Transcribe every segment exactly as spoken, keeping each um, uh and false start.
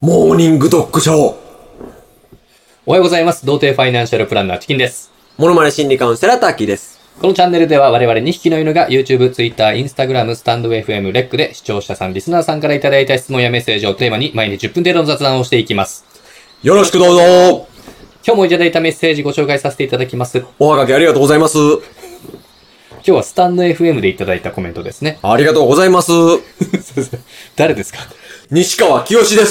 モーニングドッグショー。 おはようございます。童貞ファイナンシャルプランナーチキンです。 モノマネ心理カウンセラーターキーです。 このチャンネルでは我々にひきの犬が YouTube、Twitter、Instagram、スタンド エフエム、レックで視聴者さん、リスナーさんからいただいた質問やメッセージをテーマに毎日じゅっぷん程度の雑談をしていきます。 よろしくどうぞ。 今日もいただいたメッセージご紹介させていただきます。 おはがきありがとうございます。 今日はスタンド エフエム でいただいたコメントですね。 ありがとうございます。 誰ですか？ 西川きよしです。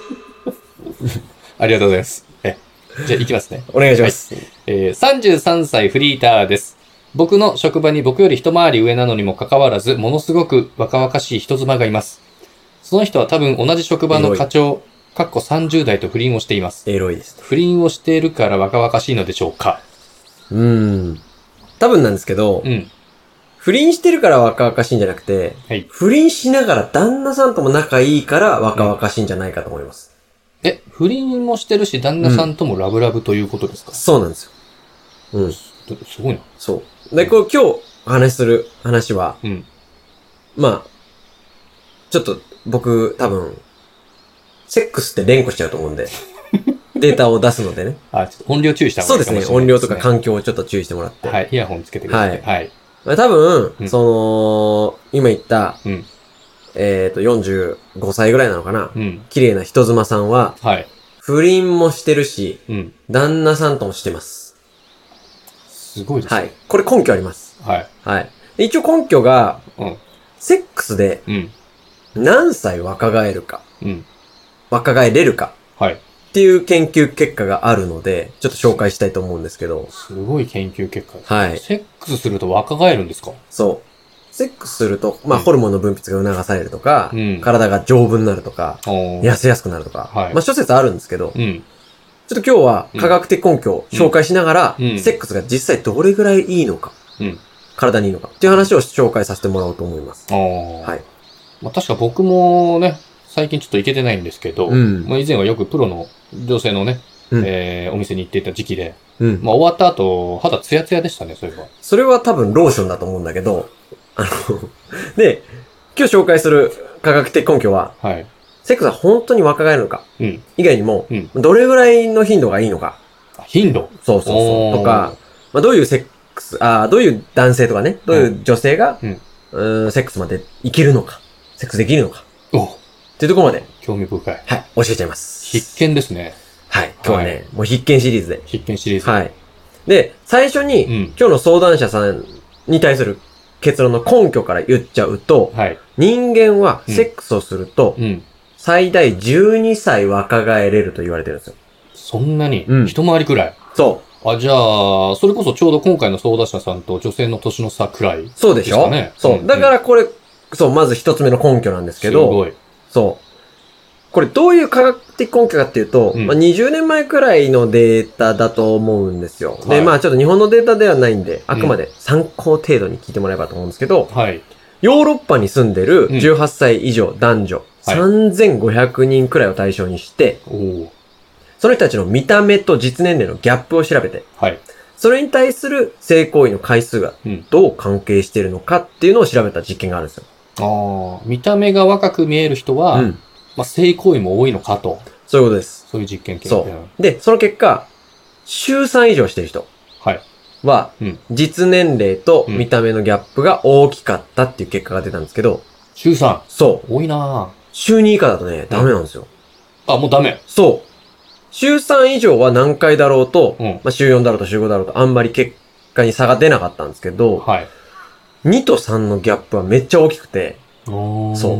ありがとうございます。え、じゃあ行きますね。 お願いします。 はい、えー、さんじゅうさんさいフリーターです。僕の職場に僕より一回り上なのにもかかわらず、ものすごく若々しい人妻がいます。その人は多分同じ職場の課長、かっこさんじゅう代と不倫をしています。 エロいです。 不倫をしているから若々しいのでしょうか？ うーん。多分なんですけど、 うん。 不倫してるから若々しいんじゃなくて、 はい、 不倫しながら旦那さんとも仲いいから若々しいんじゃないかと思います。 うん、え、不倫もしてるし、旦那さんともラブラブということですか？ うん、そうなんですよ。うん。 すごいな。 そう。で、こう今日お話しする話は、 うん。 まあ、ちょっと僕多分、セックスって連呼しちゃうと思うんで、データを出すのでね。 あ、ちょっと音量注意した方がいいかもしれないですね。 そうですね。音量とか環境をちょっと注意してもらって。 はい。イヤホンつけてください。はい。はい、 まあ、多分、 うん、 その、今言った、 うん、 えっと、よんじゅうごさいぐらいなのかな。 うん。 綺麗な人妻さんは、 はい。 不倫もしてるし、 うん。 旦那さんともしてます。 すごいですね。 はい。これ根拠あります。 はい。 はい。一応根拠が、 うん。 セックスで、何歳若返るか。 うん。 若返れるか。 はい。 っていう研究結果があるので、ちょっと紹介したいと思うんですけど。 すごい研究結果。 はい。 セックスすると若返るんですか？ そう。セックスすると、まあ、うん、ホルモンの分泌が促されるとか、 うん、 体が丈夫になるとか、痩せやすくなるとか、はい、まあ、諸説あるんですけど、 うん、 ちょっと今日は科学的根拠を紹介しながら、 うん、 セックスが実際どれぐらいいいのか、うん、体にいいのかっていう話を紹介させてもらおうと思います。はい。 まあ、確か僕もね、最近ちょっと行けてないんですけど、うん、まあ以前はよくプロの女性のね、うん、えー、お店に行っていた時期で、うん、まあ終わった後、肌ツヤツヤでしたね、それは。 それは多分ローションだと思うんだけど、あの、で、今日紹介する科学的根拠は、はい、セックスは本当に若返るのか、うん、以外にも、うん、どれぐらいの頻度がいいのか。 頻度？ そうそうそう。とか、まあ、どういうセックス、あどういう男性とかね、どういう女性が、うん、うーんセックスまでいけるのか、セックスできるのか。おっていうところまで。 興味深い。 はい、教えちゃいます。 必見ですね。 はい、今日はね、はい、もう必見シリーズで。 必見シリーズ。 はい。で、最初に、うん、今日の相談者さんに対する結論の根拠から言っちゃうと、はい、人間はセックスをすると、うん、最大じゅうにさい若返れると言われてるんですよ。 そんなに、うん、一回りくらい。 そう。 あ、じゃあ、それこそちょうど今回の相談者さんと女性の年の差くらいですかね。 そうでしょ？そう。だからこれ、そう、まず一つ目の根拠なんですけど、 すごい。 そう。これどういう科学的根拠かっていうと、うん、まあ、にじゅうねんまえくらいのデータだと思うんですよ。はい、で、まあちょっと日本のデータではないんで、あくまで参考程度に聞いてもらえばと思うんですけど、はい、ヨーロッパに住んでるじゅうはっさい以上男女、うん、さんぜんごひゃくにんくらいを対象にして、はい、その人たちの見た目と実年齢のギャップを調べて、はい、それに対する性行為の回数がどう関係しているのかっていうのを調べた実験があるんですよ。 ああ、見た目が若く見える人は、うんまあ、性行為も多いのかと。 そういうことです。 そういう実験結果。そう。で、その結果、週さん以上してる人。はい。は、うん、実年齢と見た目のギャップが大きかったっていう結果が出たんですけど。 週さん？ そう。 多いなぁ。 週に以下だとね、ダメなんですよ。 うん、あ、もうダメ？ そう。週さん以上は何回だろうと、うん、まあ、週よんだろうと週ごだろうと、あんまり結果に差が出なかったんですけど、はい。にとさんのギャップはめっちゃ大きくて、そう。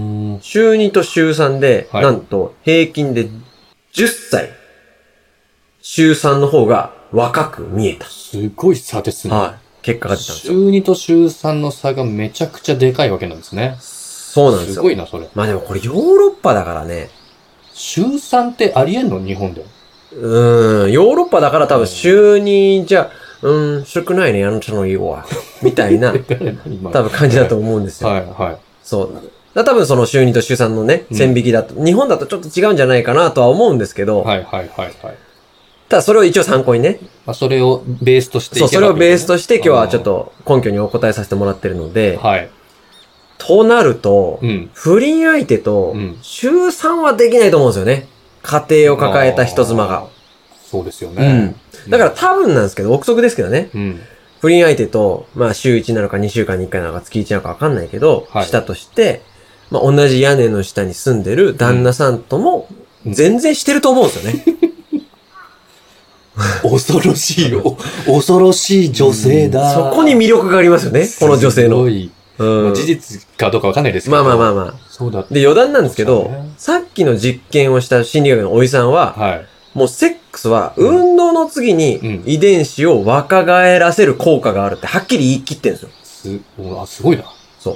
週にと週さんで、はい、なんと平均でじゅっさい、週さんの方が若く見えた。 すごい差ですね。 はい。結果が出たんですよ。 週にと週さんの差がめちゃくちゃでかいわけなんですね。 そうなんですよ。 すごいな、それ。 まあでもこれヨーロッパだからね。 週さんってありえんの？日本で。 うーん、ヨーロッパだから多分週に、じゃあ、うん、少ないね、あの人の言うわ。みたいな、多分感じだと思うんですよ。 はい、はい。 そう。だ多分その週にと週さんのね、線引きだと、うん、日本だとちょっと違うんじゃないかなとは思うんですけど。 はいはいはいはい。 ただそれを一応参考にね。 まあ、それをベースとしていけば、 そう、それをベースとして今日はちょっと根拠にお答えさせてもらってるので。はい。となると、うん、不倫相手と、週さんはできないと思うんですよね。 家庭を抱えた人妻が。 そうですよね。 うん。だから多分なんですけど、憶測ですけどね。 うん。 不倫相手と、まあ週いちなのかにしゅうかんにいっかいなのか月いちなのかわかんないけど、 はい、 したとして、まあ同じ屋根の下に住んでる旦那さんとも、全然してると思うんですよね。 恐ろしいよ。恐ろしい女性だ、 うん。そこに魅力がありますよね、この女性の。すごい。 うん、まあ、事実かどうかわかんないですけど。 まあまあまあまあ。 そうだ。 で、余談なんですけど、ね、さっきの実験をした心理学のおじさんは、 はい、 もうセックスは運動の次に遺伝子を若返らせる効果があるってはっきり言い切ってるんですよ。 す、あ、すごいな。 そう。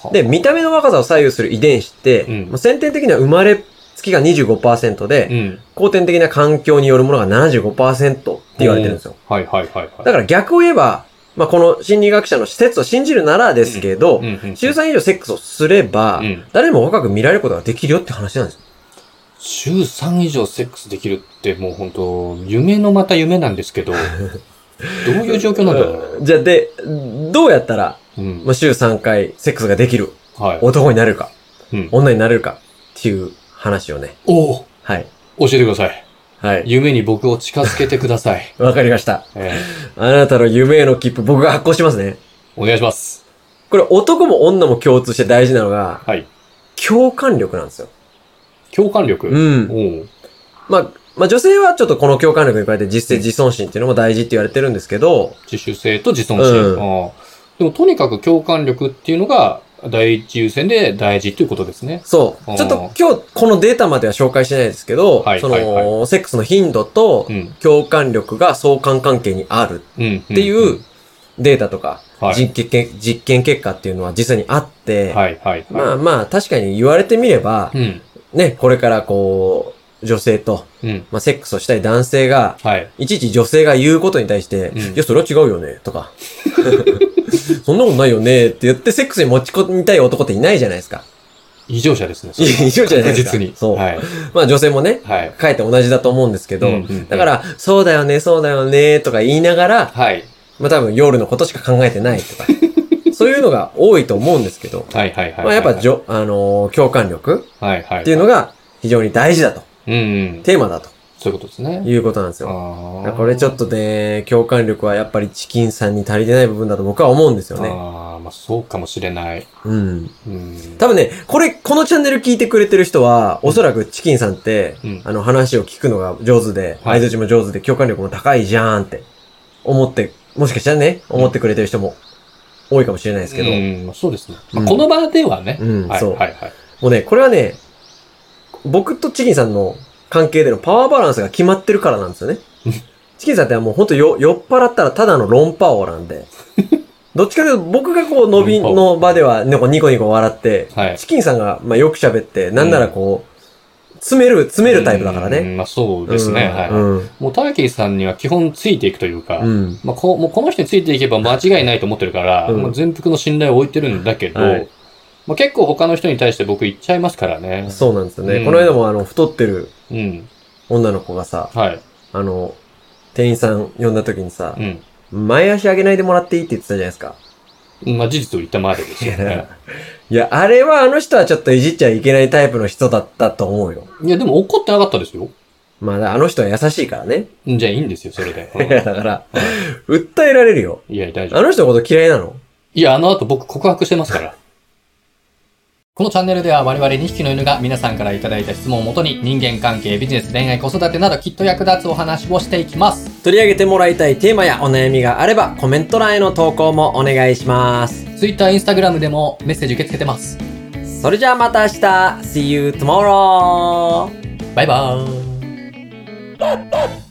で、見た目の若さを左右する遺伝子って、うん、先天的には生まれつきが にじゅうごパーセント で、うん、後天的な環境によるものが ななじゅうごパーセント って言われてるんですよ。 はいはいはい、はい。 だから逆を言えば、まあ、この心理学者の説を信じるならですけど、週さん以上セックスをすれば、うん、誰も若く見られることができるよって話なんですよ。 週さん以上セックスできるってもう本当夢のまた夢なんですけど、どういう状況なんだろう。 じゃあで、どうやったら、うん、まあ、週さんかいセックスができる、はい、男になれるか、うん、女になれるかっていう話をね。 おお、 はい。 教えてください。 はい。 夢に僕を近づけてください。 わかりました。えー、あなたの夢への切符、僕が発行しますね。 お願いします。 これ男も女も共通して大事なのが、 はい。 共感力なんですよ。 共感力？ うん。おう。まあ、まあ女性はちょっとこの共感力に加えて実性自尊心っていうのも大事って言われてるんですけど。 自主性と自尊心。うん、あでもとにかく共感力っていうのが、第一優先で大事っていうことですね。 そう。ちょっと今日このデータまでは紹介してないですけど、はい、その、はいはい、セックスの頻度と共感力が相関関係にあるっていうデータとか、実験、実験結果っていうのは実際にあって、はいはいはい、まあまあ確かに言われてみれば、うん、ね、これからこう、女性と、うん、まあセックスをしたい男性が、はい、いちいち女性が言うことに対して、うん、いや、それは違うよね、とか。そんなことないよねって言ってセックスに持ち込みたい男っていないじゃないですか。 異常者ですね。 異常者じゃないですか。 確実に。 そう。はい、まあ女性もね、はい、かえって同じだと思うんですけど、うんうんうん、だから、そうだよね、そうだよね、とか言いながら、はい、まあ多分夜のことしか考えてないとか、そういうのが多いと思うんですけど、はいはいはいはい、まあやっぱじょ、あのー、共感力っていうのが非常に大事だと。うんうん、テーマだと。 そういうことですね。 いうことなんですよ。これちょっとね、共感力はやっぱりチキンさんに足りてない部分だと僕は思うんですよね。 ああ、まあそうかもしれない。 うん。うん、多分ね、これ、このチャンネル聞いてくれてる人は、おそらくチキンさんって、うん、あの話を聞くのが上手で、相槌も上手で共感力も高いじゃーんって思って、もしかしたらね、思ってくれてる人も多いかもしれないですけど。 うん、そうですね。まあ、この場ではね。 うん、 はい、 そう。 はいはい。 もうね、これはね、僕とチキンさんの関係でのパワーバランスが決まってるからなんですよね。チキンさんってもうほんとよ酔っ払ったらただの論破王なんで。どっちかというと僕がこう伸びの場ではニコニコ笑って、はい、チキンさんがまあよく喋って、なんならこう、詰める、詰めるタイプだからね。 うん、まあそうですね。うん、はい、うん。もうターキーさんには基本ついていくというか、うん、まあこもうこの人についていけば間違いないと思ってるから、うん、もう全幅の信頼を置いてるんだけど、はい、まあ、結構他の人に対して僕言っちゃいますからね。 そうなんですよね。うん、この間もあの太ってる、うん女の子がさ、はい。あの、店員さん呼んだ時にさ、うん。前足上げないでもらっていいって言ってたじゃないですか。 まあ、事実を言ったまでですよね。 いや、あれはあの人はちょっといじっちゃいけないタイプの人だったと思うよ。 いや、でも怒ってなかったですよ。 まあ、あの人は優しいからね。 じゃあいいんですよ、それで。 いや、だから、うん、訴えられるよ。 いや、大丈夫。 あの人のこと嫌いなの？ いや、あの後僕告白してますから。このチャンネルでは我々にひきの犬が皆さんからいただいた質問をもとに人間関係、ビジネス、恋愛、子育てなどきっと役立つお話をしていきます。 取り上げてもらいたいテーマやお悩みがあればコメント欄への投稿もお願いします。 Twitter、Instagram でもメッセージ受け付けてます。 それじゃあまた明日 See you tomorrow! バイバーイ